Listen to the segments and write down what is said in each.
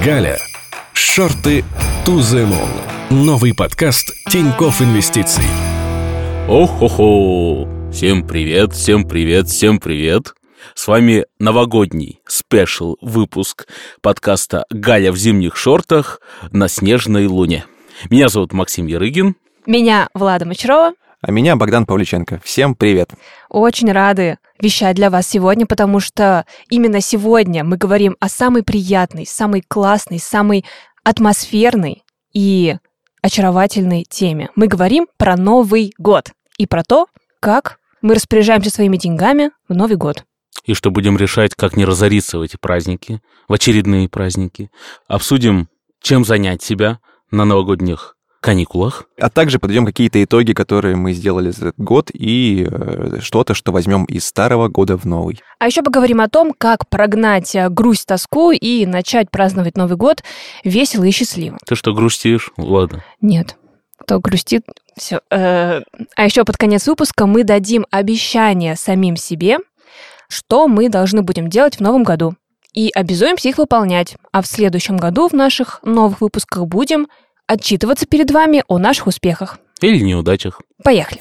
Галя. Шорты to the moon. Новый подкаст Тинькофф Инвестиций. О-хо-хо! Всем привет, всем привет, всем привет! С вами новогодний спешл выпуск подкаста «Галя в зимних шортах на снежной луне». Меня зовут Максим Ярыгин. Меня Влада Мочарова. А меня Богдан Павличенко. Всем привет. Очень рады вещать для вас сегодня, потому что именно сегодня мы говорим о самой приятной, самой классной, самой атмосферной и очаровательной теме. Мы говорим про Новый год и про то, как мы распоряжаемся своими деньгами в Новый год. И что будем решать, как не разориться в эти праздники, в очередные праздники. Обсудим, чем занять себя на новогодних каникулах. А также подведем какие-то итоги, которые мы сделали за этот год, и что-то, что возьмем из старого года в новый. А еще поговорим о том, как прогнать грусть, тоску и начать праздновать Новый год весело и счастливо. Ты что, грустишь, Влада? Нет. Кто грустит, все. А еще под конец выпуска мы дадим обещание самим себе, что мы должны будем делать в новом году. И обязуемся их выполнять. А в следующем году в наших новых выпусках будем отчитываться перед вами о наших успехах. Или неудачах. Поехали.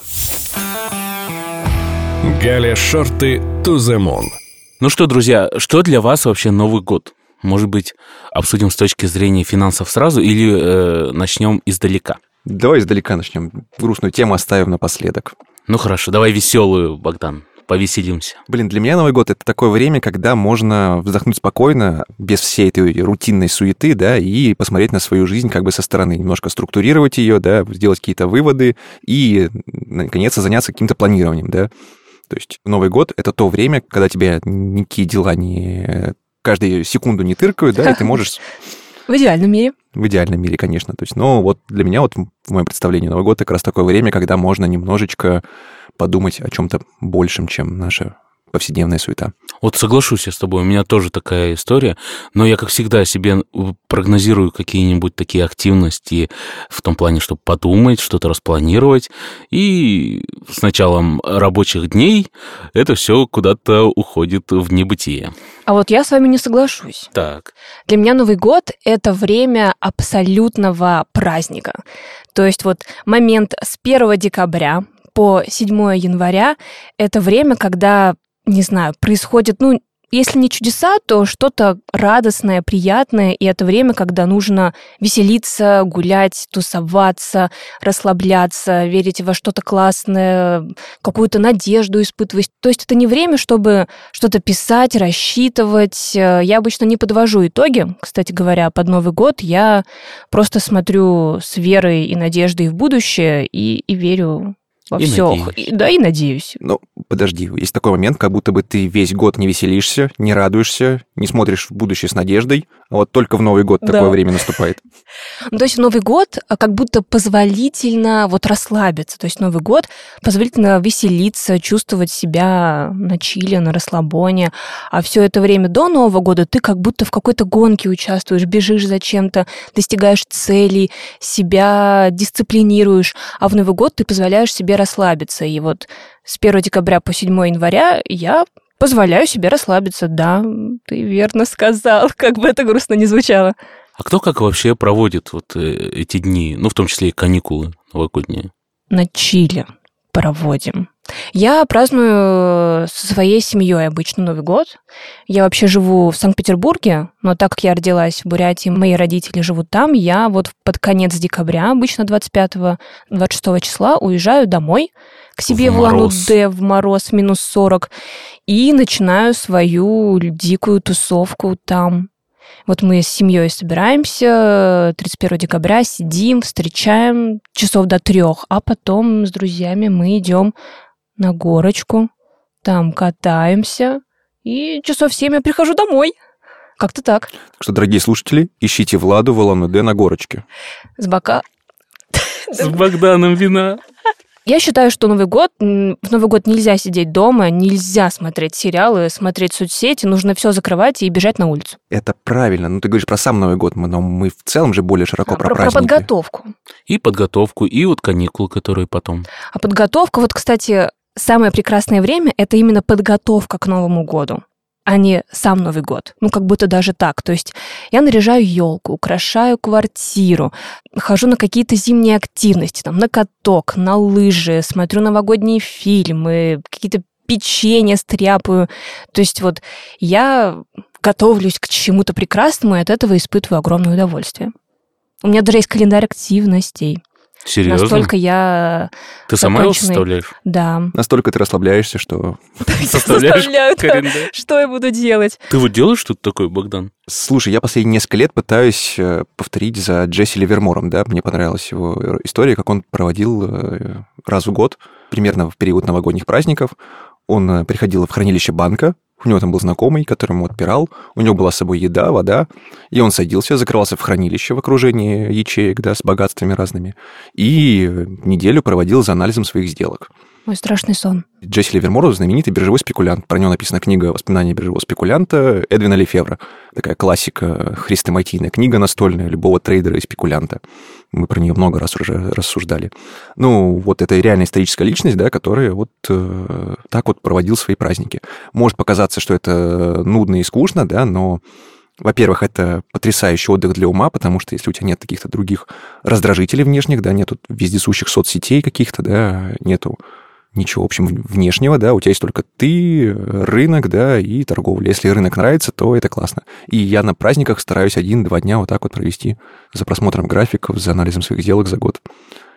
Галя Шорты to the moon. Ну что, друзья, что для вас вообще Новый год? Может быть, обсудим с точки зрения финансов сразу или начнем издалека? Давай издалека начнем. Грустную тему оставим напоследок. Ну хорошо, давай веселую, Богдан. Повеселимся. Для меня Новый год — это такое время, когда можно вздохнуть спокойно, без всей этой рутинной суеты, да, и посмотреть на свою жизнь как бы со стороны, немножко структурировать ее, да, сделать какие-то выводы и, наконец-то, заняться каким-то планированием, да. То есть Новый год — это то время, когда тебя никакие дела не каждую секунду не тыркают, да, и ты можешь... В идеальном мире. В идеальном мире, конечно. То есть, но вот для меня, вот в моем представлении, Новый год — это как раз такое время, когда можно немножечко подумать о чем-то большем, чем наша повседневная суета. Вот соглашусь я с тобой, у меня тоже такая история, но я, как всегда, себе прогнозирую какие-нибудь такие активности в том плане, чтобы подумать, что-то распланировать, и с началом рабочих дней это все куда-то уходит в небытие. А вот я с вами не соглашусь. Так. Для меня Новый год — это время абсолютного праздника. То есть вот момент с 1 декабря по 7 января — это время, когда, не знаю, происходит, если не чудеса, то что-то радостное, приятное, и это время, когда нужно веселиться, гулять, тусоваться, расслабляться, верить во что-то классное, какую-то надежду испытывать. То есть это не время, чтобы что-то писать, рассчитывать. Я обычно не подвожу итоги. Кстати говоря, под Новый год я просто смотрю с верой и надеждой в будущее и верю во все. Да, и надеюсь. Ну, подожди, есть такой момент, как будто бы ты весь год не веселишься, не радуешься, не смотришь в будущее с надеждой, а вот только в Новый год такое время наступает. То есть в Новый год как будто позволительно расслабиться. То есть Новый год позволительно веселиться, чувствовать себя на чиле, на расслабоне. А все это время до Нового года ты как будто в какой-то гонке участвуешь, бежишь за чем-то, достигаешь целей, себя дисциплинируешь. А в Новый год ты позволяешь себе расслабиться. И вот с 1 декабря по 7 января я позволяю себе расслабиться. Да, ты верно сказал, как бы это грустно ни звучало. А кто как вообще проводит вот эти дни, в том числе и каникулы новогодние? На чиле проводим. Я праздную со своей семьей обычно Новый год. Я вообще живу в Санкт-Петербурге, но так как я родилась в Бурятии, мои родители живут там, я вот под конец декабря, обычно 25-26 числа, уезжаю домой к себе в Улан-Удэ в мороз минус 40 и начинаю свою дикую тусовку там. Вот мы с семьей собираемся 31 декабря, сидим, встречаем часов до 3, а потом с друзьями мы идем на горочку, там катаемся, и часов в 7 я прихожу домой. Как-то так. Так что, дорогие слушатели, ищите Владу в Улан-Удэ на горочке. С Богданом вина. Я считаю, что в Новый год нельзя сидеть дома, нельзя смотреть сериалы, смотреть соцсети, нужно все закрывать и бежать на улицу. Это правильно. Ты говоришь про сам Новый год, но мы в целом же более широко про праздники. Про подготовку. И подготовку, и вот каникулы, которые потом. А подготовка, кстати, самое прекрасное время – это именно подготовка к Новому году. а не сам Новый год. Ну, как будто даже так. То есть я наряжаю елку, украшаю квартиру, хожу на какие-то зимние активности, там, на каток, на лыжи, смотрю новогодние фильмы, какие-то печенья стряпаю. То есть вот я готовлюсь к чему-то прекрасному и от этого испытываю огромное удовольствие. У меня даже есть календарь активностей. Серьезно? Настолько я... Ты сама его составляешь? Да. Настолько ты расслабляешься, что... Составляешь календарь? Что я буду делать? Ты вот делаешь что-то такое, Богдан? Слушай, я последние несколько лет пытаюсь повторить за Джесси Ливермором, да, мне понравилась его история, как он проводил раз в год, примерно в период новогодних праздников. Он приходил в хранилище банка, у него там был знакомый, который ему отпирал, у него была с собой еда, вода, и он садился, закрывался в хранилище в окружении ячеек, да, с богатствами разными, и неделю проводил за анализом своих сделок. Мой страшный сон. Джесси Ливермор — знаменитый биржевой спекулянт. Про него написана книга «Воспоминания биржевого спекулянта» Эдвина Лефевра. Такая классика, хрестоматийная книга настольная любого трейдера и спекулянта. Мы про нее много раз уже рассуждали. Ну, вот это реальная историческая личность, да, которая вот так вот проводил свои праздники. Может показаться, что это нудно и скучно, да, но... Во-первых, это потрясающий отдых для ума, потому что если у тебя нет каких-то других раздражителей внешних, да, нету вездесущих соцсетей каких-то, да, нету ничего, в общем, внешнего, да, у тебя есть только ты, рынок, да, и торговля. Если рынок нравится, то это классно. И я на праздниках стараюсь 1-2 дня вот так вот провести за просмотром графиков, за анализом своих сделок за год.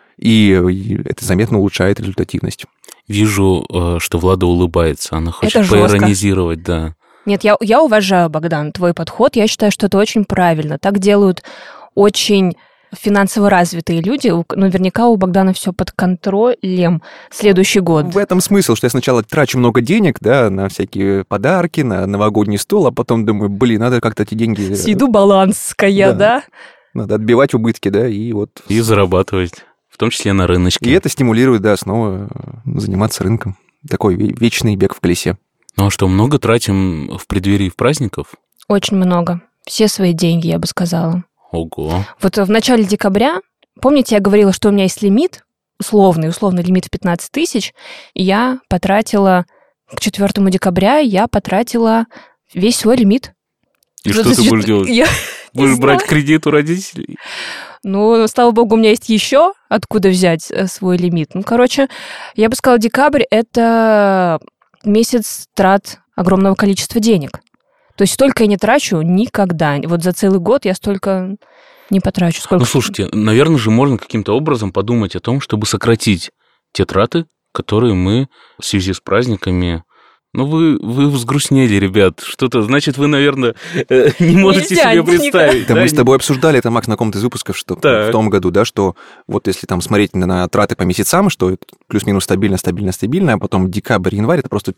И это заметно улучшает результативность. Вижу, что Влада улыбается, она хочет поиронизировать, да. Нет, я уважаю, Богдан, твой подход. Я считаю, что это очень правильно. Так делают очень финансово развитые люди. Наверняка у Богдана все под контролем следующий год. В этом смысл, что я сначала трачу много денег, да, на всякие подарки, на новогодний стол, а потом думаю, надо как-то эти деньги... Съеду баланская, да? Надо отбивать убытки, да, и вот... И зарабатывать, в том числе на рыночке. И это стимулирует, да, снова заниматься рынком. Такой вечный бег в колесе. Ну а что, много тратим в преддверии праздников? Очень много. Все свои деньги, я бы сказала. Ого. Вот в начале декабря, помните, я говорила, что у меня есть лимит, условный лимит в 15 тысяч, и я потратила, к 4 декабря я потратила весь свой лимит. И что ты будешь делать? Будешь брать кредит у родителей? Ну, слава богу, у меня есть еще откуда взять свой лимит. Ну, короче, я бы сказала, декабрь — это... месяц трат огромного количества денег. То есть столько я не трачу никогда. Вот за целый год я столько не потрачу. Сколько... Ну, слушайте, наверное же можно каким-то образом подумать о том, чтобы сократить те траты, которые мы в связи с праздниками... Ну, вы взгрустнели, ребят. Что-то, значит, вы, наверное, не можете себе представить. Да, мы с тобой обсуждали это, Макс, на каком-то из выпусков, что в том году, да, что вот если там смотреть на траты по месяцам, что это плюс-минус стабильно, а потом декабрь, январь, это просто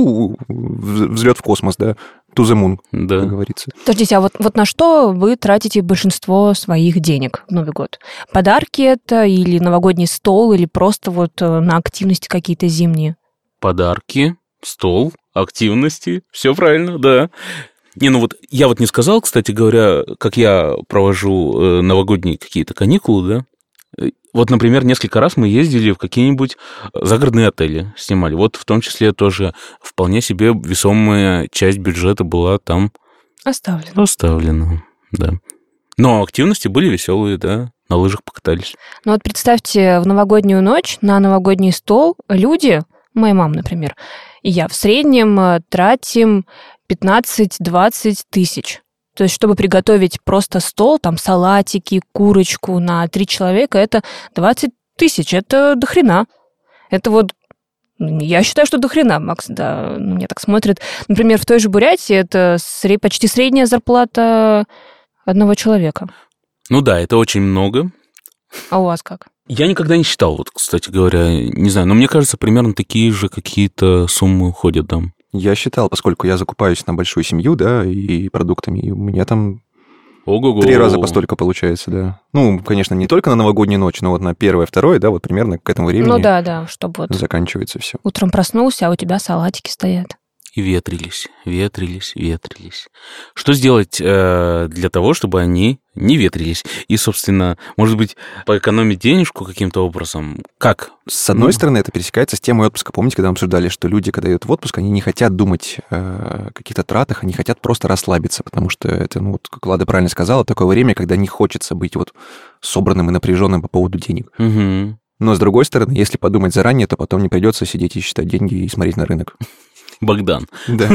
взлет в космос, да, to the moon, да, как говорится. Подождите, а вот на что вы тратите большинство своих денег в Новый год? Подарки это или новогодний стол, или просто вот на активности какие-то зимние? Подарки. Стол, активности, все правильно, да. Не, ну вот я вот не сказал, кстати говоря, как я провожу новогодние какие-то каникулы, да. Вот, например, несколько раз мы ездили в какие-нибудь загородные отели, снимали. Вот в том числе тоже вполне себе весомая часть бюджета была там оставлена, да. Но активности были веселые, да. На лыжах покатались. Ну вот представьте, в новогоднюю ночь на новогодний стол люди, моя мама, например, и я в среднем тратим 15-20 тысяч. То есть, чтобы приготовить просто стол, там салатики, курочку на 3 человека, это 20 тысяч, это дохрена. Это вот, я считаю, что дохрена, Макс, да, на меня так смотрит. Например, в той же Бурятии это почти средняя зарплата одного человека. Ну да, это очень много. А у вас как? Я никогда не считал, вот, кстати говоря, не знаю, но мне кажется, примерно такие же какие-то суммы уходят там. Я считал, поскольку я закупаюсь на большую семью, да, и продуктами, и у меня там Ого-го. 3 раза по столько получается, да. Ну, конечно, не только на новогоднюю ночь, но вот на 1-2, да, вот примерно к этому времени ну да, чтобы вот заканчивается все. утром проснулся, а у тебя салатики стоят. и ветрились. Что сделать для того, чтобы они не ветрились? И, собственно, может быть, поэкономить денежку каким-то образом? Как? С одной стороны, это пересекается с темой отпуска. Помните, когда мы обсуждали, что люди, когда идут в отпуск, они не хотят думать о каких-то тратах, они хотят просто расслабиться, потому что это, как Лада правильно сказала, такое время, когда не хочется быть собранным и напряженным по поводу денег. Угу. Но, с другой стороны, если подумать заранее, то потом не придется сидеть и считать деньги и смотреть на рынок. Богдан. Да.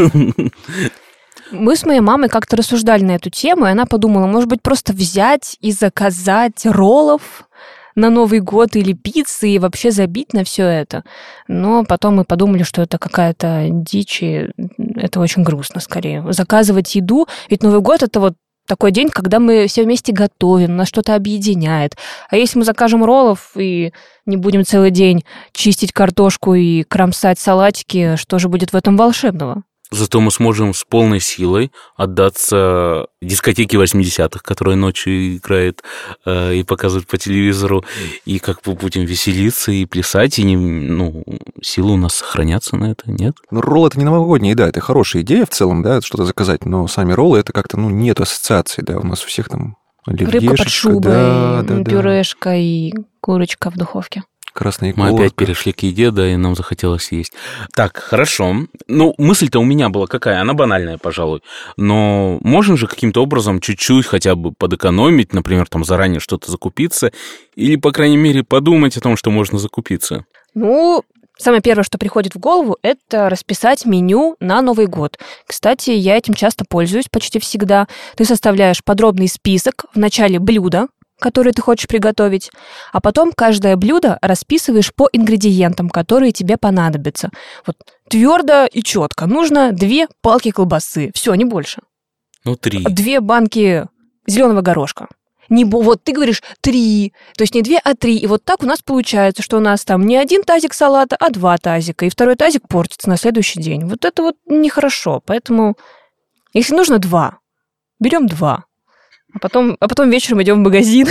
Мы с моей мамой как-то рассуждали на эту тему, и она подумала, может быть, просто взять и заказать роллов на Новый год или пиццы и вообще забить на все это. Но потом мы подумали, что это какая-то дичь, и это очень грустно скорее. Заказывать еду, ведь Новый год — это такой день, когда мы все вместе готовим, нас что-то объединяет. А если мы закажем роллов и не будем целый день чистить картошку и кромсать салатики, что же будет в этом волшебного? Зато мы сможем с полной силой отдаться дискотеке 80-х, которая ночью играет и показывает по телевизору, и как мы будем веселиться и плясать, и силы у нас сохранятся на это, нет? Ролл — это не новогодняя еда, это хорошая идея в целом, да, что-то заказать, но сами роллы — это как-то, нет ассоциации, да, у нас у всех там оливьешечка. Рыбка под шубой, пюрешка и курочка в духовке. Красная Мы икорка. опять перешли к еде, да, и нам захотелось есть. Так, хорошо. Мысль-то у меня была какая? Она банальная, пожалуй. Но можно же каким-то образом чуть-чуть хотя бы подэкономить, например, там заранее что-то закупиться, или, по крайней мере, подумать о том, что можно закупиться? Самое первое, что приходит в голову, это расписать меню на Новый год. Кстати, я этим часто пользуюсь, почти всегда. Ты составляешь подробный список в начале блюда, которые ты хочешь приготовить, а потом каждое блюдо расписываешь по ингредиентам, которые тебе понадобятся. Твердо и четко. Нужно 2 палки колбасы. Все, не больше. 3. 2 банки зеленого горошка. Ты говоришь 3, то есть не 2, а 3. И так у нас получается, что у нас там не 1 тазик салата, а 2 тазика. И 2-й тазик портится на следующий день. Это нехорошо. Поэтому, если нужно 2, берем 2. А потом вечером идем в магазин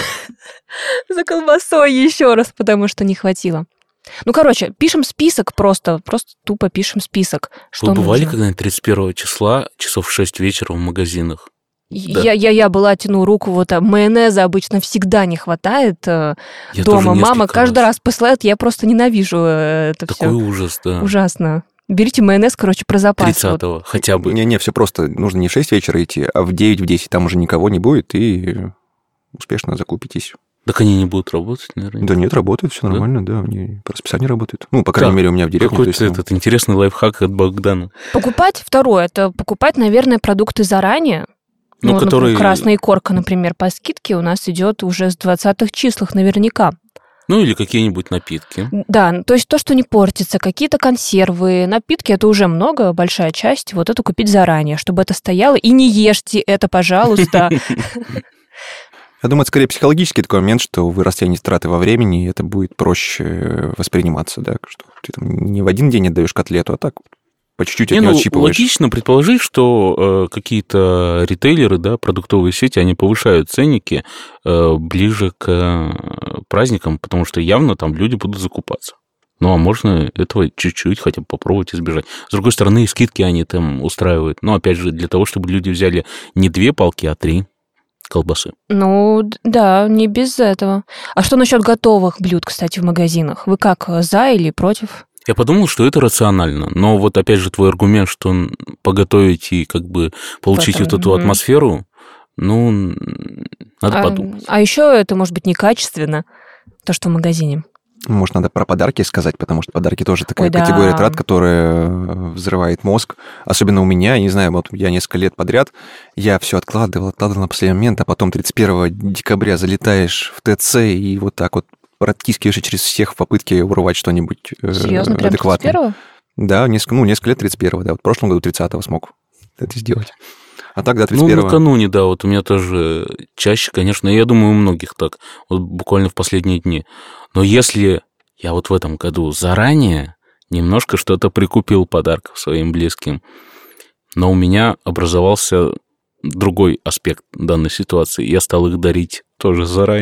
за колбасой еще раз, потому что не хватило. Пишем список просто тупо пишем список. Вы бывали когда-нибудь 31 числа, часов в 6 вечера в магазинах? Я была, тяну руку, майонеза обычно всегда не хватает дома. Мама каждый раз посылает, я просто ненавижу это все. Такой ужас, да. Ужасно. Берите майонез, про запас. 30-го, хотя бы. Не, все просто. Нужно не в 6 вечера идти, а в 9, в 10. Там уже никого не будет, и успешно закупитесь. Так они не будут работать, наверное? Да нет, работают, все нормально, да. Они по расписанию работают. По крайней мере, у меня в деревне. Какой-то этот интересный лайфхак от Богдана. Второе, это покупать, наверное, продукты заранее. Которые... Красная икорка, например, по скидке у нас идет уже с 20-х числах наверняка. Или какие-нибудь напитки. Да, то есть то, что не портится, какие-то консервы, напитки, это уже много, большая часть. Это купить заранее, чтобы это стояло. И не ешьте это, пожалуйста. Я думаю, это скорее психологический такой момент, что вы растянете траты во времени, и это будет проще восприниматься, да, что ты там не в один день отдаешь котлету, а так по чуть-чуть от нее отщипываешь. Логично предположить, что какие-то ритейлеры, да, продуктовые сети, они повышают ценники ближе к праздникам, потому что явно там люди будут закупаться. А можно этого чуть-чуть хотя бы попробовать избежать. С другой стороны, скидки они там устраивают. Опять же, для того, чтобы люди взяли не 2 палки, а 3 колбасы. Да, не без этого. А что насчет готовых блюд, кстати, в магазинах? Вы как, за или против? Я подумал, что это рационально, но опять же твой аргумент, что поготовить и получить эту атмосферу, надо подумать. А еще это может быть некачественно, то, что в магазине. Может, надо про подарки сказать, потому что подарки тоже такая категория трат, которая взрывает мозг. Особенно у меня, я не знаю, я несколько лет подряд, я все откладывал на последний момент, а потом 31 декабря залетаешь в ТЦ и так протискиваешь через всех в попытке урвать что-нибудь Серьезно, прям адекватное. 31-го? Да, несколько лет 31-го, да. В прошлом году 30-го смог это сделать. А так, да, 31-го. Накануне, да, у меня тоже чаще, конечно, я думаю, у многих так, буквально в последние дни. Но если я в этом году заранее немножко что-то прикупил подарков своим близким, но у меня образовался другой аспект данной ситуации. Я стал их дарить тоже заранее.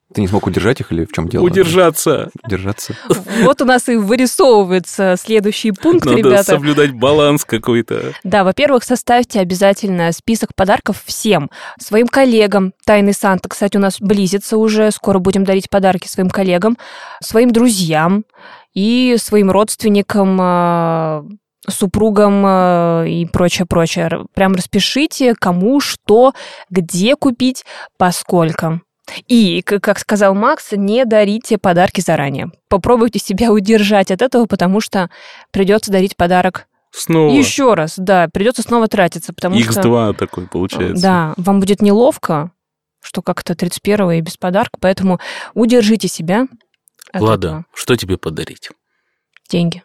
Ты не смог удержать их или в чем дело? Удержаться. Удержаться. Вот у нас и вырисовывается следующий пункт, Надо ребята. соблюдать баланс какой-то. Да, во-первых, составьте обязательно список подарков всем. Своим коллегам. Тайный Санта, кстати, у нас близится уже. Скоро будем дарить подарки своим коллегам, своим друзьям и своим родственникам, супругам и прочее. Прям распишите, кому, что, где купить, поскольку. И, как сказал Макс, не дарите подарки заранее. Попробуйте себя удержать от этого, потому что придется дарить подарок Снова. еще раз. Да, придется снова тратиться, потому что... X2 такой получается. Да, вам будет неловко, что как-то 31-го и без подарка, поэтому удержите себя от Влада, этого. что тебе подарить? Деньги.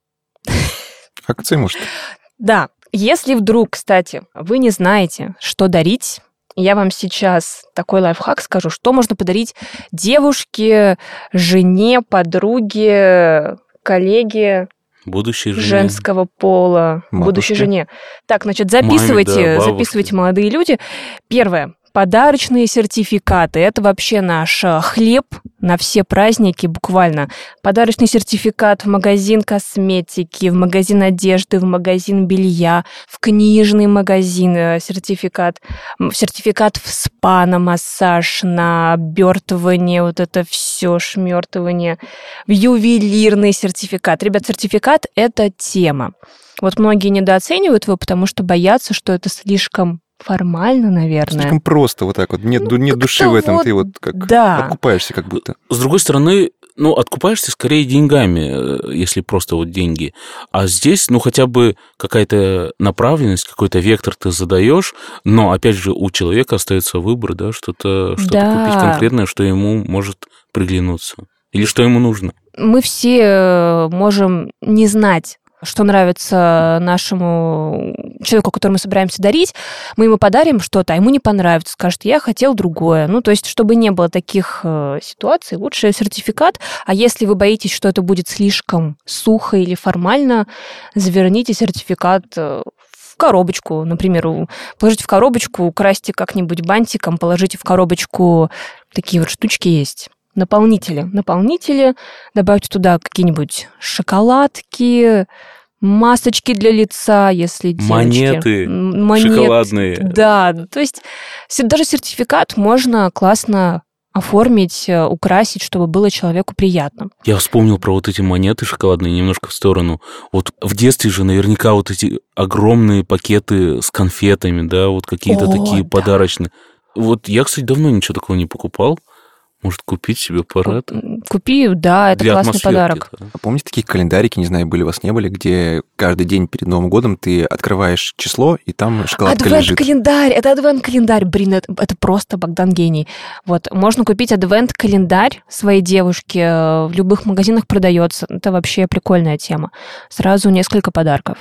Акции, может? Да, если вдруг, кстати, вы не знаете, что дарить, я вам сейчас такой лайфхак скажу, что можно подарить девушке, жене, подруге, коллеге Будущей жене. женского пола, Матушке. будущей жене. Так, значит, записывайте, Маме, да, бабушке. записывайте, молодые люди. Первое. Подарочные сертификаты. Это вообще наш хлеб на все праздники буквально. Подарочный сертификат в магазин косметики, в магазин одежды, в магазин белья, в книжный магазин сертификат в спа на массаж, на обертывание, вот это все шмертывание, в ювелирный сертификат. Ребят, сертификат – это тема. Вот многие недооценивают его, потому что боятся, что это слишком формально, наверное. Слишком просто вот так вот. Нет души в этом. вот, Ты вот как да. откупаешься как будто. С другой стороны, откупаешься скорее деньгами, если просто вот деньги. А здесь, хотя бы какая-то направленность, какой-то вектор ты задаешь, но, опять же, у человека остается выбор, да, что-то Да. купить конкретное, что ему может приглянуться. Или что ему нужно. Мы все можем не знать, что нравится нашему человеку, которому мы собираемся дарить, мы ему подарим что-то, а ему не понравится, скажет, я хотел другое. То есть, чтобы не было таких ситуаций, лучше сертификат. А если вы боитесь, что это будет слишком сухо или формально, заверните сертификат в коробочку, например, положите в коробочку, украсьте как-нибудь бантиком, положите в коробочку, такие вот штучки есть. Наполнители, добавьте туда какие-нибудь шоколадки, масочки для лица, если девочки. Монеты шоколадные. Да, то есть даже сертификат можно классно оформить, украсить, чтобы было человеку приятно. Я вспомнил про вот эти монеты шоколадные немножко в сторону. Вот в детстве же наверняка вот эти огромные пакеты с конфетами, да, вот какие-то такие да. подарочные. Вот я, кстати, давно ничего такого не покупал. Может, купить себе аппарат? Купи, да, это Для классный атмосферки, подарок. да. А помните такие календарики, не знаю, были у вас, не были, где каждый день перед Новым годом ты открываешь число, и там шоколадка лежит? Адвент-календарь, это адвент-календарь, блин, это просто Богдан гений. Вот, можно купить адвент-календарь своей девушке, в любых магазинах продается, это вообще прикольная тема. Сразу несколько подарков.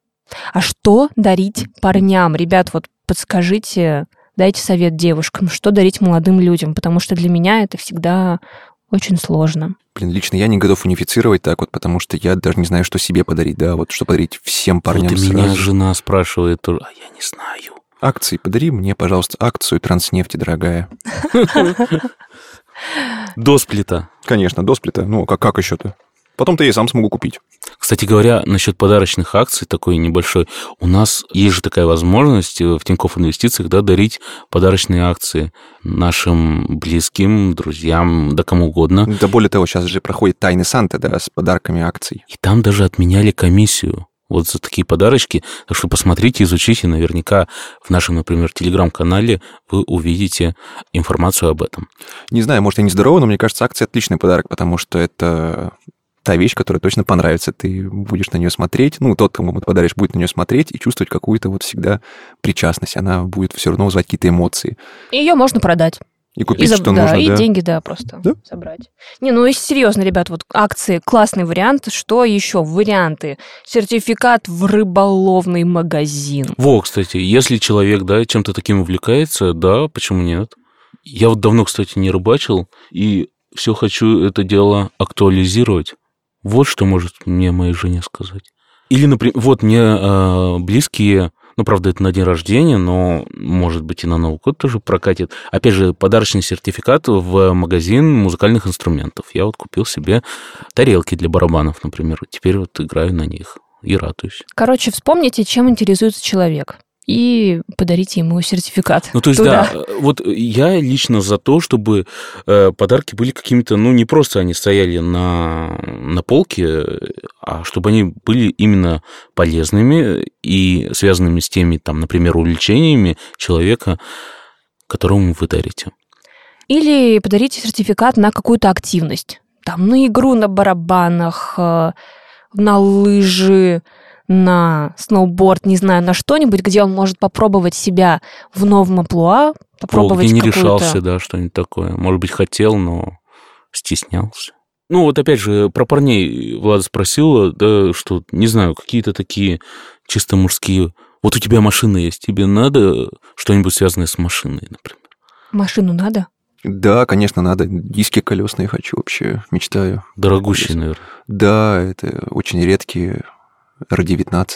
А что дарить парням? Ребят, вот подскажите, дайте совет девушкам, что дарить молодым людям, потому что для меня это всегда очень сложно. Блин, лично я не готов унифицировать так вот, потому что я даже не знаю, что себе подарить, да, вот что подарить всем парням Вот и сразу. меня жена спрашивает, а я не знаю. Акции, подари мне, пожалуйста, акцию Транснефти, дорогая. Досплита. Конечно, досплита, как еще-то? Потом-то я и сам смогу купить. Кстати говоря, насчет подарочных акций, такой небольшой, у нас есть же такая возможность в Тинькофф Инвестициях, да, дарить подарочные акции нашим близким, друзьям, да кому угодно. Да более того, сейчас же проходит Тайный Санта, да, с подарками акций. И там даже отменяли комиссию вот за такие подарочки. Так что посмотрите, изучите, наверняка в нашем, например, телеграм-канале вы увидите информацию об этом. Не знаю, может, я не здорова, но мне кажется, акция отличный подарок, потому что это та вещь, которая точно понравится. Ты будешь на нее смотреть, тот, кому ты подаришь, будет на нее смотреть и чувствовать какую-то вот всегда причастность. Она будет все равно вызывать какие-то эмоции. Ее можно продать. И купить, что да, нужно, и да. деньги, да, просто собрать. Серьезно, ребят, вот акции, классный вариант. Что еще? Варианты. Сертификат в рыболовный магазин. Кстати, если человек, да, чем-то таким увлекается, да, почему нет? Я вот давно, кстати, не рыбачил, и все хочу это дело актуализировать. Вот что может мне моей жене сказать. Или, например, вот мне близкие Ну, правда, это на день рождения, но, может быть, и на Новый год тоже прокатит. Опять же, подарочный сертификат в магазин музыкальных инструментов. Я вот купил себе тарелки для барабанов, например. Теперь вот играю на них и радуюсь. Короче, вспомните, чем интересуется человек, и подарите ему сертификат. Ну, то есть, туда. да, вот я лично за то, чтобы подарки были какими-то, ну, не просто они стояли на полке, а чтобы они были именно полезными и связанными с теми, там, например, увлечениями человека, которому вы дарите. Или подарите сертификат на какую-то активность. Там, на игру на барабанах, на лыжи, на сноуборд, не знаю, на что-нибудь, где он может попробовать себя в новом амплуа, попробовать где не какую-то... решался, да, что-нибудь такое. Может быть, хотел, но стеснялся. Ну, вот опять же, про парней Влада спросила, да, что, не знаю, какие-то такие чисто мужские... Вот у тебя машина есть, тебе надо что-нибудь связанное с машиной, например? Машину надо? Да, конечно, надо. Диски колесные хочу вообще, мечтаю. Дорогущие, наверное. Да, это очень редкие... R19.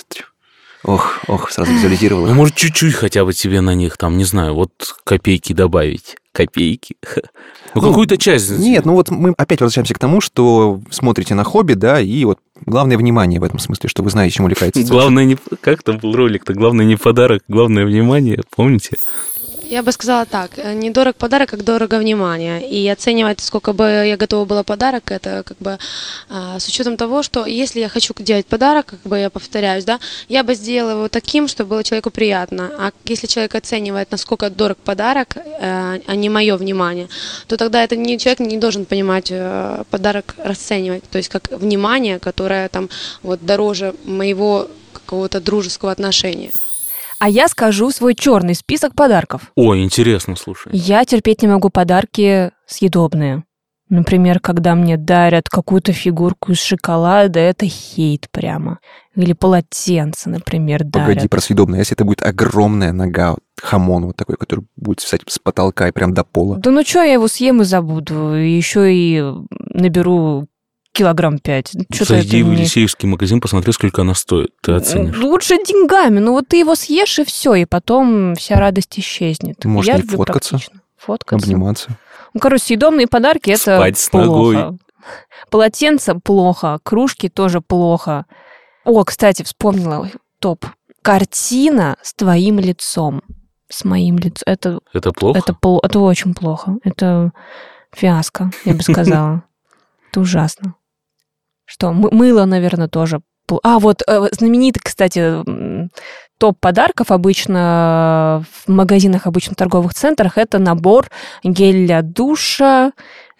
Ох, сразу визуализировала. Ну, может, чуть-чуть хотя бы тебе на них, там, не знаю, вот копейки добавить. Копейки. Ну, какую-то часть. Нет, ну вот мы опять возвращаемся к тому, что смотрите на хобби, да, и вот главное внимание в этом смысле, что вы знаете, чем увлекаетесь. Главное не... Как там был ролик-то? Главное не подарок, главное внимание, помните? Я бы сказала так, не дорог подарок, как дорого внимание. И оценивать, сколько бы я готова была подарок, это как бы с учетом того, что если я хочу делать подарок, как бы я повторяюсь, да, я бы сделала его таким, чтобы было человеку приятно. А если человек оценивает, насколько дорог подарок, а не мое внимание, то тогда это человек не должен понимать подарок расценивать. То есть как внимание, которое там вот дороже моего какого-то дружеского отношения. А я скажу свой черный список подарков. Ой, интересно, слушай. Я терпеть не могу подарки съедобные. Например, когда мне дарят какую-то фигурку из шоколада, это хейт прямо. Или полотенце, например, дарят. Погоди, про съедобное. Если это будет огромная нога, хамон вот такой, который будет свисать с потолка и прям до пола. Да ну что, я его съем и забуду. И еще и наберу 5 килограмм. Зайди в Елисеевский магазин, посмотри, сколько она стоит. Ты оценишь. Лучше деньгами. Ну вот ты его съешь, и все, и потом вся радость исчезнет. Ты можешь я не люблю фоткаться, фоткаться, обниматься. Ну, короче, съедобные подарки — это спать с плохо. ногой. Полотенце — плохо. Кружки тоже плохо. О, кстати, вспомнила топ. Картина с твоим лицом. С моим лицом. Это плохо? Это очень плохо. Это фиаско, я бы сказала. Это ужасно. Что, мыло, наверное, тоже. Вот знаменитый, кстати, топ подарков обычно в магазинах, обычно в торговых центрах, это набор гель для душа,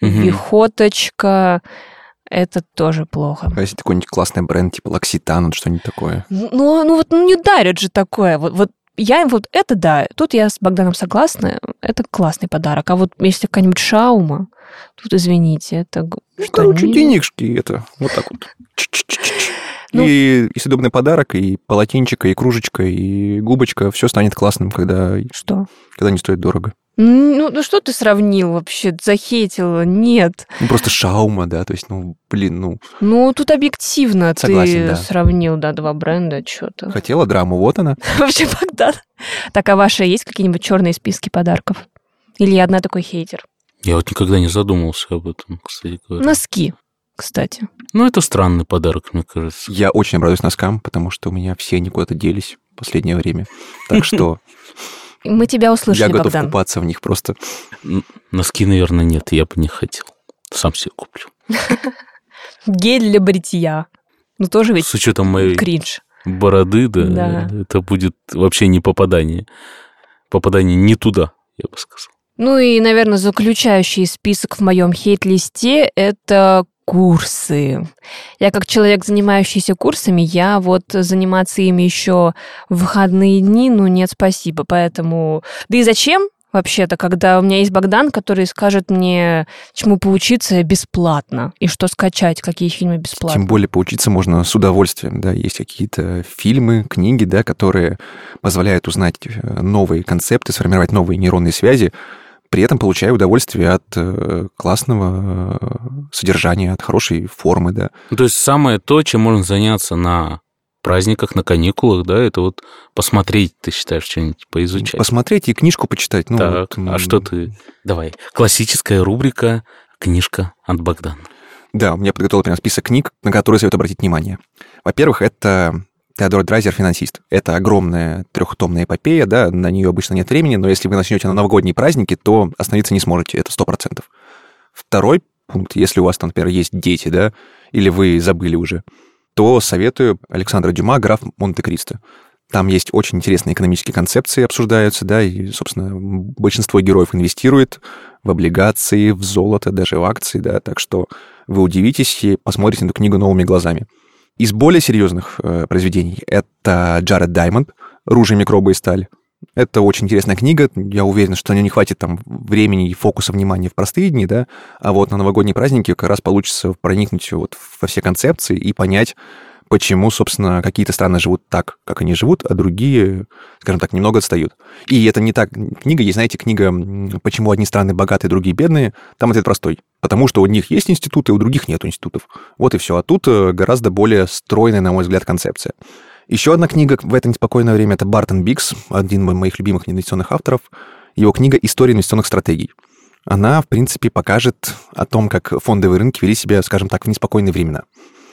вихоточка. Это тоже плохо. А если какой-нибудь классный бренд, типа L'Occitane, вот что-нибудь такое? Ну не дарят же такое. Вот я вот это да, тут я с Богданом согласна, это классный подарок. А вот если какая-нибудь шаума, тут, извините, это... денежки это, вот так вот. И съедобный подарок, и полотенчик, и кружечка, и губочка, все станет классным, когда не стоит дорого. Ну что ты сравнил вообще, захейтил? Нет. Ну, просто шаума, да, то есть, Ну, тут объективно согласен, ты сравнил, да, два бренда, что-то. Хотела драму, вот она. Вообще, Богдан. Так, а ваши есть какие-нибудь черные списки подарков? Или я одна такой хейтер? Я вот никогда не задумывался об этом, кстати говоря. Носки, кстати. Ну, это странный подарок, мне кажется. Я очень обрадуюсь носкам, потому что у меня все они куда-то делись в последнее время. Так что... Мы тебя услышали, Богдан. Я готов Богдан. купаться в них просто. Носки, наверное, нет, я бы не хотел. Сам себе куплю. Гель для бритья. Ну, тоже ведь с учетом моей кринж. Бороды, да, это будет вообще не попадание. Попадание не туда, я бы сказал. Ну и, наверное, заключающий список в моем хейт-листе – это курсы. Я как человек, занимающийся курсами, я вот заниматься ими еще в выходные дни, нет, спасибо. Поэтому... Да и зачем? Вообще-то, когда у меня есть Богдан, который скажет мне, чему поучиться бесплатно, и что скачать, какие фильмы бесплатно. Тем более поучиться можно с удовольствием, да, есть какие-то фильмы, книги, да, которые позволяют узнать новые концепты, сформировать новые нейронные связи, при этом получая удовольствие от классного содержания, от хорошей формы, да. То есть самое то, чем можно заняться на праздниках, на каникулах, да, это вот посмотреть, ты считаешь, что-нибудь поизучать? Посмотреть и книжку почитать. Так, а что ты... Давай, классическая рубрика «Книжка от Богдана». Да, у меня подготовил прям список книг, на которые советую обратить внимание. Во-первых, это Теодор Драйзер «Финансист». Это огромная трехтомная эпопея, да, на нее обычно нет времени, но если вы начнете на новогодние праздники, то остановиться не сможете, это 100%. Второй пункт, если у вас, там, например, есть дети, да, или вы забыли уже, то советую Александра Дюма «Граф Монте-Кристо». Там есть очень интересные экономические концепции, обсуждаются, да, и, собственно, большинство героев инвестирует в облигации, в золото, даже в акции, да, так что вы удивитесь и посмотрите на эту книгу новыми глазами. Из более серьезных произведений это Джаред Даймонд «Ружье, микробы и сталь». Это очень интересная книга, я уверен, что на нее не хватит там времени и фокуса внимания в простые дни, да, а вот на новогодние праздники как раз получится проникнуть вот во все концепции и понять, почему, собственно, какие-то страны живут так, как они живут, а другие, скажем так, немного отстают. И это не так. Книга есть, знаете, книга «Почему одни страны богатые, другие бедные». Там ответ простой. Потому что у них есть институты, а у других нет институтов. Вот и все. А тут гораздо более стройная, на мой взгляд, концепция. Еще одна книга в это неспокойное время — это Бартон Биггс, один из моих любимых инвестиционных авторов. Его книга «История инвестиционных стратегий». Она, в принципе, покажет о том, как фондовые рынки вели себя, скажем так, в неспокойные времена.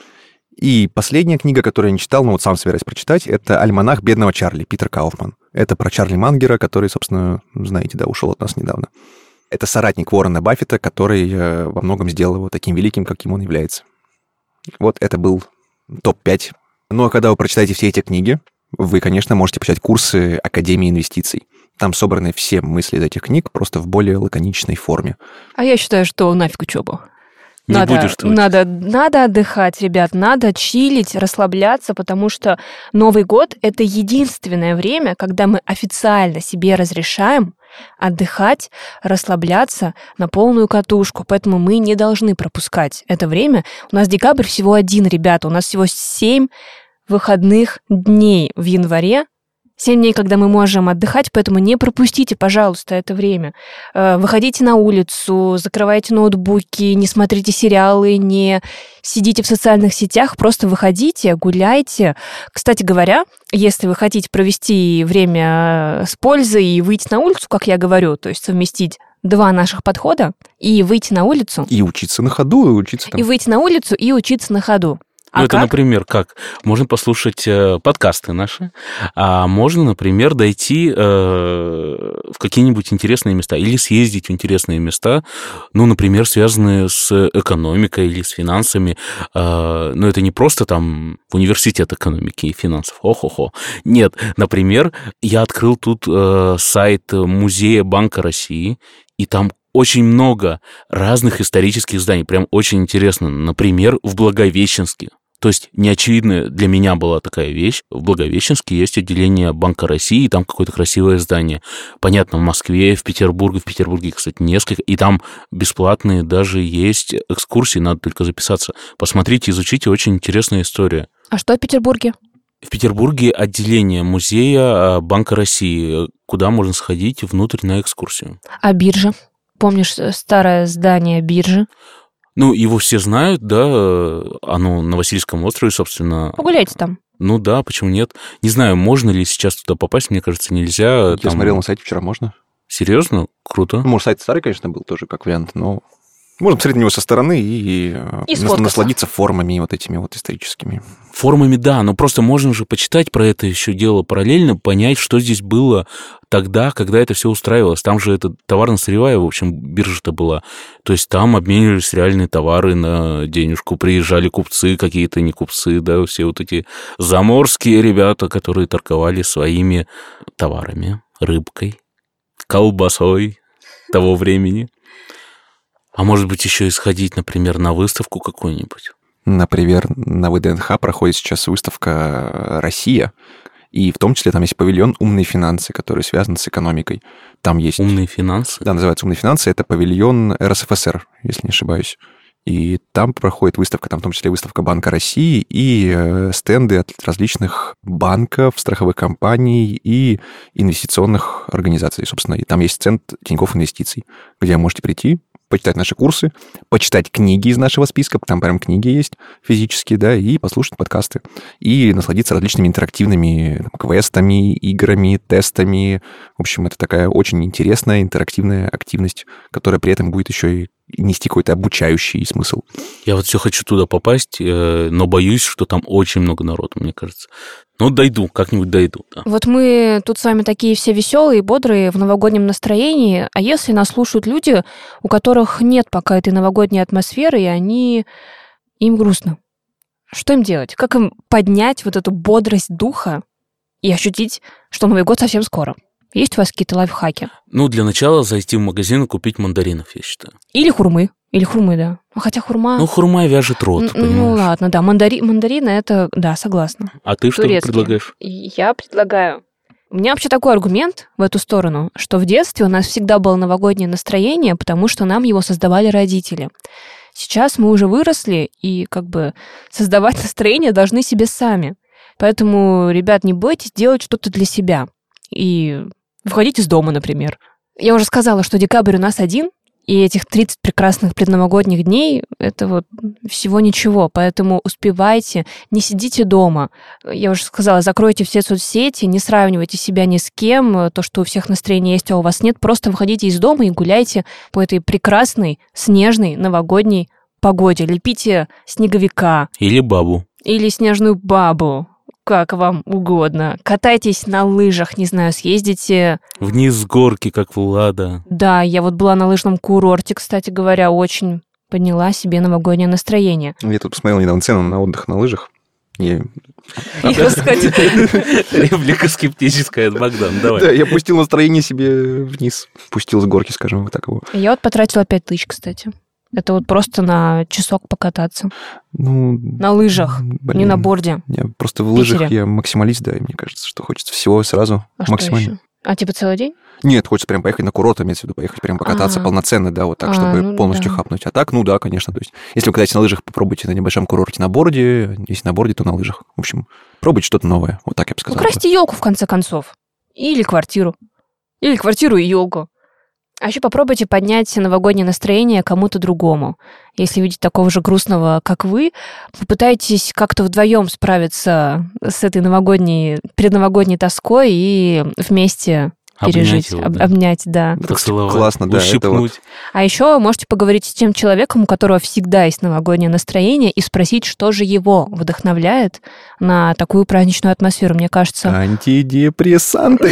И последняя книга, которую я не читал, но вот сам собираюсь прочитать, это «Альманах бедного Чарли» Питер Кауфман. Это про Чарли Мангера, который, собственно, знаете, да, ушел от нас недавно. Это соратник Уоррена Баффета, который во многом сделал его таким великим, каким он является. Вот это был топ-5. Ну, а когда вы прочитаете все эти книги, вы, конечно, можете почитать курсы Академии инвестиций. Там собраны все мысли из этих книг, просто в более лаконичной форме. А я считаю, что нафиг учебу. Надо отдыхать, ребят, надо чилить, расслабляться, потому что Новый год — это единственное время, когда мы официально себе разрешаем отдыхать, расслабляться на полную катушку. Поэтому мы не должны пропускать это время. У нас декабрь всего один, ребята. У нас всего 7 выходных дней в январе. 7 дней, когда мы можем отдыхать, поэтому не пропустите, пожалуйста, это время. Выходите на улицу, закрывайте ноутбуки, не смотрите сериалы, не сидите в социальных сетях, просто выходите, гуляйте. Кстати говоря, если вы хотите провести время с пользой и выйти на улицу, как я говорю, то есть совместить 2 наших подхода и выйти на улицу. И учиться на ходу, и учиться там. И выйти на улицу, и учиться на ходу. Ну, это, например, как? Можно послушать подкасты наши, а можно, например, дойти в какие-нибудь интересные места или съездить в интересные места, ну, например, связанные с экономикой или с финансами. Но это не просто там в университет экономики и финансов. Хо-хо-хо. Нет, например, я открыл тут сайт Музея Банка России, и там очень много разных исторических зданий, прям очень интересно. Например, в Благовещенске. То есть неочевидная для меня была такая вещь. В Благовещенске есть отделение Банка России, и там какое-то красивое здание. Понятно, в Москве, в Петербурге, кстати, несколько. И там бесплатные даже есть экскурсии, надо только записаться. Посмотрите, изучите, очень интересная история. А что в Петербурге? В Петербурге отделение музея Банка России, куда можно сходить внутрь на экскурсию. А биржа? Помнишь старое здание биржи? Ну, его все знают, да, оно на Васильевском острове, собственно. Погуляйте там. Ну да, почему нет? Не знаю, можно ли сейчас туда попасть, мне кажется, нельзя. Я смотрел на сайте вчера, можно. Серьезно? Круто. Ну, может, сайт старый, конечно, был тоже как вариант, но можно посмотреть на него со стороны и насладиться формами вот этими вот историческими. Формами, да, но просто можно же почитать про это еще дело параллельно, понять, что здесь было тогда, когда это все устраивалось. Там же это товарно-сырьевая, в общем, биржа-то была. То есть там обменивались реальные товары на денежку, приезжали купцы какие-то, не купцы, да, все вот эти заморские ребята, которые торговали своими товарами, рыбкой, колбасой того времени. А может быть, еще и сходить, например, на выставку какую-нибудь? Например, на ВДНХ проходит сейчас выставка «Россия», и в том числе там есть павильон «Умные финансы», который связан с экономикой. Там есть... «Умные финансы»? Да, называется «Умные финансы». Это павильон РСФСР, если не ошибаюсь. И там проходит выставка, там в том числе выставка Банка России и стенды от различных банков, страховых компаний и инвестиционных организаций, собственно. И там есть стенд Тинькофф Инвестиций, где вы можете прийти, почитать наши курсы, почитать книги из нашего списка, там прям книги есть физические, да, и послушать подкасты. И насладиться различными интерактивными квестами, играми, тестами. В общем, это такая очень интересная интерактивная активность, которая при этом будет еще и нести какой-то обучающий смысл. Я вот все хочу туда попасть, но боюсь, что там очень много народу, мне кажется. Ну, дойду, как-нибудь дойду. Да. Вот мы тут с вами такие все веселые, бодрые, в новогоднем настроении, а если нас слушают люди, у которых нет пока этой новогодней атмосферы, и им грустно, что им делать? Как им поднять вот эту бодрость духа и ощутить, что Новый год совсем скоро? Есть у вас какие-то лайфхаки? Ну, для начала зайти в магазин и купить мандаринов, я считаю. Или хурмы, да. Хотя хурма... Ну, хурма вяжет рот, понимаешь? Ну, ладно, да. Мандарины, это, да, согласна. А ты что предлагаешь? Я предлагаю... У меня вообще такой аргумент в эту сторону, что в детстве у нас всегда было новогоднее настроение, потому что нам его создавали родители. Сейчас мы уже выросли, и как бы создавать настроение должны себе сами. Поэтому, ребят, не бойтесь делать что-то для себя. И выходить из дома, например. Я уже сказала, что декабрь у нас один, и этих 30 прекрасных предновогодних дней — это вот всего ничего. Поэтому успевайте, не сидите дома. Я уже сказала, закройте все соцсети, не сравнивайте себя ни с кем. То, что у всех настроение есть, а у вас нет. Просто выходите из дома и гуляйте по этой прекрасной, снежной новогодней погоде. Лепите снеговика. Или бабу. Или снежную бабу. Как вам угодно. Катайтесь на лыжах, не знаю, съездите... Вниз с горки, как Влада. Да, я вот была на лыжном курорте, кстати говоря, очень подняла себе новогоднее настроение. Я тут посмотрел недавно цену на отдых на лыжах. Реплика скептическая от Богдана, давай. Да, я пустил настроение себе вниз. Пустил с горки, скажем, вот так его. Я вот потратила 5000, кстати. Это вот просто на часок покататься. Ну, на лыжах, не на борде. Я просто в лыжах я максималист, да, и мне кажется, что хочется всего сразу максимально. Что еще? Типа целый день? Нет, хочется прям поехать на курорт, имеется в виду, поехать прям покататься полноценно, да, вот так, чтобы полностью хапнуть. А так, ну да, конечно, то есть, если вы катаетесь на лыжах, попробуйте на небольшом курорте на борде, если на борде, то на лыжах. В общем, пробуйте что-то новое, вот так я бы сказал. Украсьте елку, в конце концов. Или квартиру. Или квартиру и елку. А еще попробуйте поднять новогоднее настроение кому-то другому. Если видите такого же грустного, как вы, попытайтесь как-то вдвоем справиться с этой предновогодней тоской и вместе пережить, обнять, да. Поцеловать, классно, да. ущипнуть. А еще можете поговорить с тем человеком, у которого всегда есть новогоднее настроение, и спросить, что же его вдохновляет на такую праздничную атмосферу. Мне кажется... Антидепрессанты!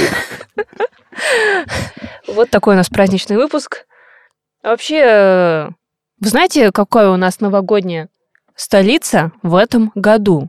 Вот такой у нас праздничный выпуск. А вообще, вы знаете, какая у нас новогодняя столица в этом году?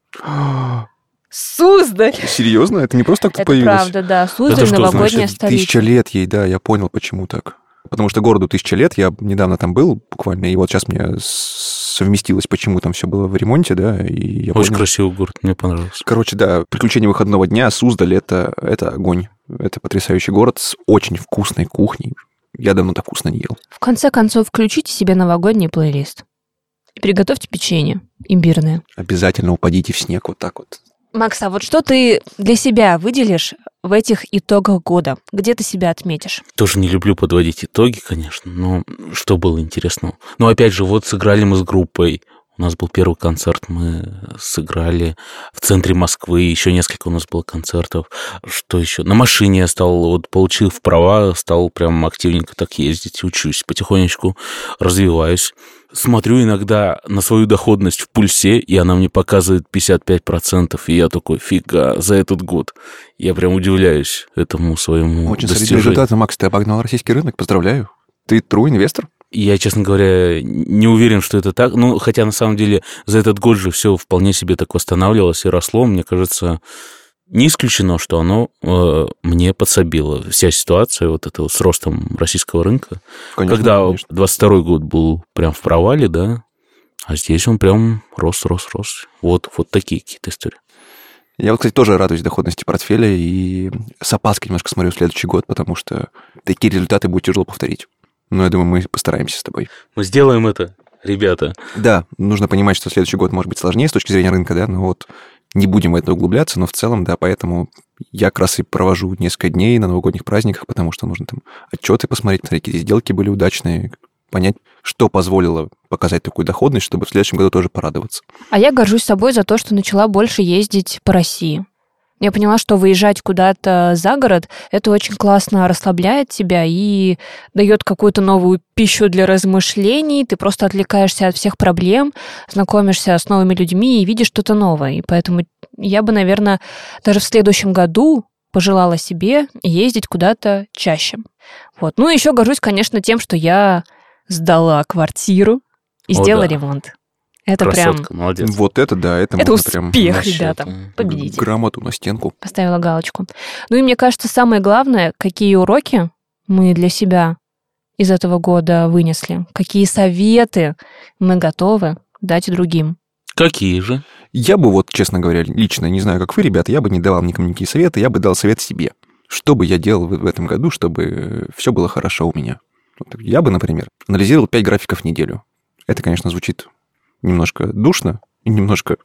Суздаль! Серьезно? Это не просто так появилось? Это правда, да. Суздаль, новогодняя столица. 1000 лет ей, да, я понял, почему так. Потому что городу 1000 лет, я недавно там был буквально, и вот сейчас мне совместилось, почему там все было в ремонте, да, и я Очень понял. красивый город, мне понравился. Короче, да, приключение выходного дня, Суздаль — это огонь. Это потрясающий город с очень вкусной кухней. Я давно так вкусно не ел. В конце концов, включите себе новогодний плейлист. И приготовьте печенье имбирное. Обязательно упадите в снег вот так вот. Макс, а вот что ты для себя выделишь в этих итогах года? Где ты себя отметишь? Тоже не люблю подводить итоги, конечно, но что было интересного? Ну, опять же, вот сыграли мы с группой. У нас был первый концерт, мы сыграли в центре Москвы, еще несколько у нас было концертов. Что еще? На машине я стал, вот получив права, стал прям активненько так ездить, учусь, потихонечку развиваюсь. Смотрю иногда на свою доходность в пульсе, и она мне показывает 55%, и я такой, фига, за этот год. Я прям удивляюсь этому своему Очень достижению. солидные результаты, Макс, ты обогнал российский рынок, поздравляю. Ты true инвестор? Я, честно говоря, не уверен, что это так. Ну, хотя, на самом деле, за этот год же все вполне себе так восстанавливалось и росло. Мне кажется, не исключено, что оно мне подсобило. Вся ситуация вот эта вот с ростом российского рынка. Конечно, когда конечно. 22-й год был прям в провале, да, а здесь он прям рос. Вот такие какие-то истории. Я вот, кстати, тоже радуюсь доходности портфеля и с опаской немножко смотрю в следующий год, потому что такие результаты будет тяжело повторить. Но я думаю, мы постараемся с тобой. Мы сделаем это, ребята. Да, нужно понимать, что следующий год может быть сложнее с точки зрения рынка, да, но вот не будем в это углубляться, но в целом, да, поэтому я как раз и провожу несколько дней на новогодних праздниках, потому что нужно там отчеты посмотреть, какие сделки были удачные, понять, что позволило показать такую доходность, чтобы в следующем году тоже порадоваться. А я горжусь собой за то, что начала больше ездить по России. Я поняла, что выезжать куда-то за город, это очень классно расслабляет тебя и дает какую-то новую пищу для размышлений. Ты просто отвлекаешься от всех проблем, знакомишься с новыми людьми и видишь что-то новое. И поэтому я бы, наверное, даже в следующем году пожелала себе ездить куда-то чаще. Вот. Ну, еще горжусь, конечно, тем, что я сдала квартиру и сделала ремонт. Это Красотка, прям... молодец. Вот это да, это Это можно прям успех, вообще, ребята. это Победите. грамоту на стенку. Поставила галочку. Ну и мне кажется, самое главное, какие уроки мы для себя из этого года вынесли, какие советы мы готовы дать другим. Какие же? Я бы вот, честно говоря, лично, не знаю, как вы, ребята, я бы не давал никому никакие советы, я бы дал совет себе. Что бы я делал в этом году, чтобы все было хорошо у меня? Я бы, например, анализировал 5 графиков в неделю. Это, конечно, звучит немножко душно и немножко,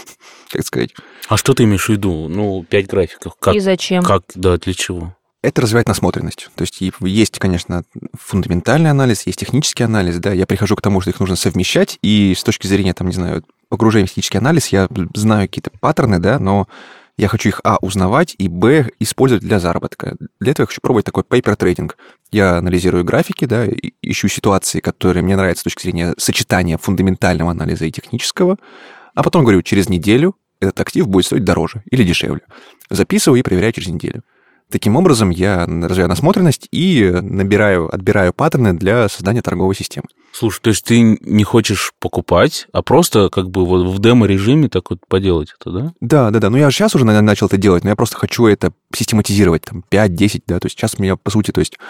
как сказать... А что ты имеешь в виду? 5 графиков. Как, И зачем? Да, для чего? Это развивает насмотренность. То есть есть, конечно, фундаментальный анализ, есть технический анализ, да, я прихожу к тому, что их нужно совмещать, и с точки зрения, там, не знаю, погружения в технический анализ, я знаю какие-то паттерны, да, но я хочу их, узнавать, и, использовать для заработка. Для этого я хочу пробовать такой paper-трейдинг. Я анализирую графики, да, ищу ситуации, которые мне нравятся с точки зрения сочетания фундаментального анализа и технического, а потом говорю, через неделю этот актив будет стоить дороже или дешевле. Записываю и проверяю через неделю. Таким образом, я развиваю насмотренность и отбираю паттерны для создания торговой системы. Слушай, то есть ты не хочешь покупать, а просто как бы вот в демо-режиме так вот поделать это, да? Да. Ну, я сейчас уже начал это делать, но я просто хочу это систематизировать, там, 5-10, да, то есть сейчас у меня, по сути, то есть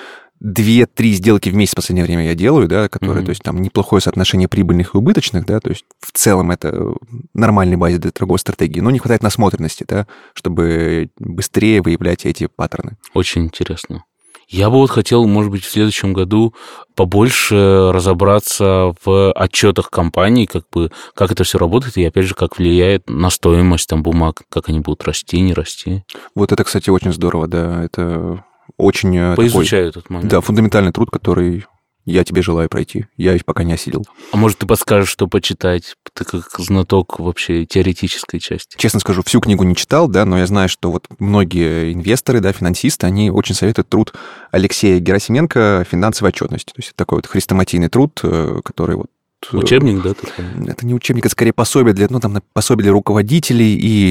2-3 сделки в месяц в последнее время я делаю, да, которые, то есть там неплохое соотношение прибыльных и убыточных, да, то есть в целом это нормальная база для торговой стратегии, но не хватает насмотренности, да, чтобы быстрее выявлять эти паттерны. Очень интересно. Я бы вот хотел, может быть, в следующем году побольше разобраться в отчетах компаний, как это все работает, и, опять же, как влияет на стоимость там бумаг, как они будут расти, не расти. Вот это, кстати, очень здорово, да, это очень Поизучаю этот момент. Да, фундаментальный труд, который я тебе желаю пройти. Я их пока не осилил. А может, ты подскажешь, что почитать? Ты как знаток вообще теоретической части. Честно скажу, всю книгу не читал, да, но я знаю, что вот многие инвесторы, да, финансисты, они очень советуют труд Алексея Герасименко «Финансовая отчетность». То есть это такой вот хрестоматийный труд, который вот... Учебник, да? Такой? Это не учебник, это скорее пособие для руководителей и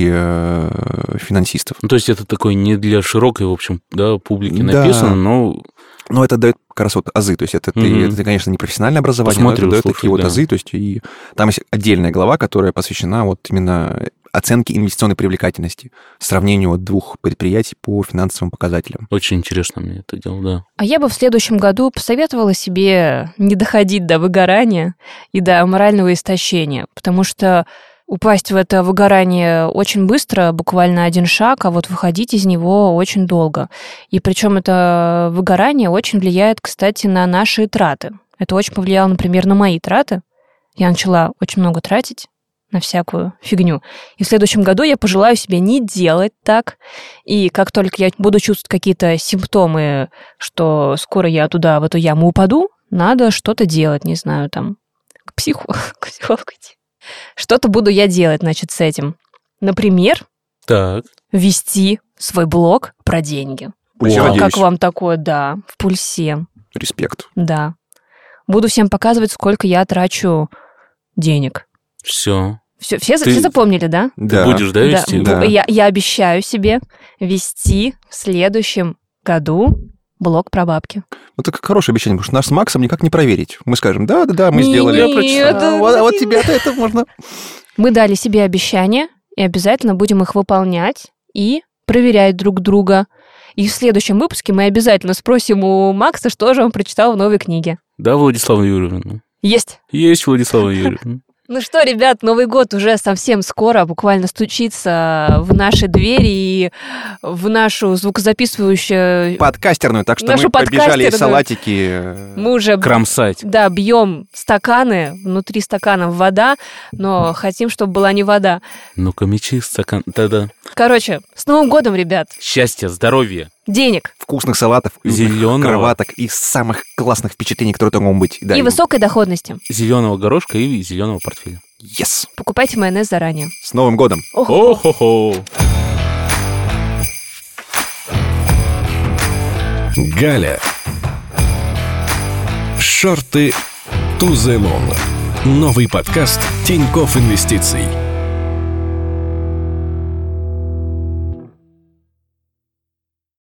финансистов. То есть это такой не для широкой, в общем, да, публики написано, но... Но это дает как раз вот азы, то есть это, это конечно, не профессиональное образование, но это дает такие вот азы, то есть и там есть отдельная глава, которая посвящена вот именно оценке инвестиционной привлекательности, сравнению вот 2 предприятий по финансовым показателям. Очень интересно мне это дело, да. А я бы в следующем году посоветовала себе не доходить до выгорания и до морального истощения, потому что упасть в это выгорание очень быстро, буквально 1 шаг, а вот выходить из него очень долго. И причем это выгорание очень влияет, кстати, на наши траты. Это очень повлияло, например, на мои траты. Я начала очень много тратить на всякую фигню. И в следующем году я пожелаю себе не делать так. И как только я буду чувствовать какие-то симптомы, что скоро я туда, в эту яму упаду, надо что-то делать, не знаю, там, к психологу идти. Что-то буду я делать, значит, с этим. Например, вести свой блог про деньги. Как вам такое? Да, в Пульсе. Респект. Да. Буду всем показывать, сколько я трачу денег. Все, все запомнили, да? Да. Ты будешь, да, вести? Да. Я обещаю себе вести в следующем году блог про бабки. Вот это хорошее обещание, потому что нас с Максом никак не проверить. Мы скажем, да, мы сделали. Я прочитал. Вот тебе-то это можно. Мы дали себе обещания, и обязательно будем их выполнять и проверять друг друга. И в следующем выпуске мы обязательно спросим у Макса, что же он прочитал в новой книге. Да, Владислава Юрьевна? Есть. Есть, Владислава Юрьевна. Ну что, ребят, Новый год уже совсем скоро буквально стучится в наши двери и в нашу звукозаписывающую... подкастерную, так что мы побежали салатики мы уже кромсать. Да, бьем стаканы, внутри стаканов вода, но хотим, чтобы была не вода. Ну-ка, мечи стакан, да-да. Короче, с Новым годом, ребят. Счастья, здоровья. Денег. Вкусных салатов, Зелёного. кроваток и самых классных впечатлений, которые только могут быть. Да, И высокой доходности. Зеленого горошка и зеленого портфеля. Yes. Покупайте майонез заранее. С Новым годом. О-хо-хо. Галя. Шорты to the moon. Новый подкаст Тинькофф Инвестиций.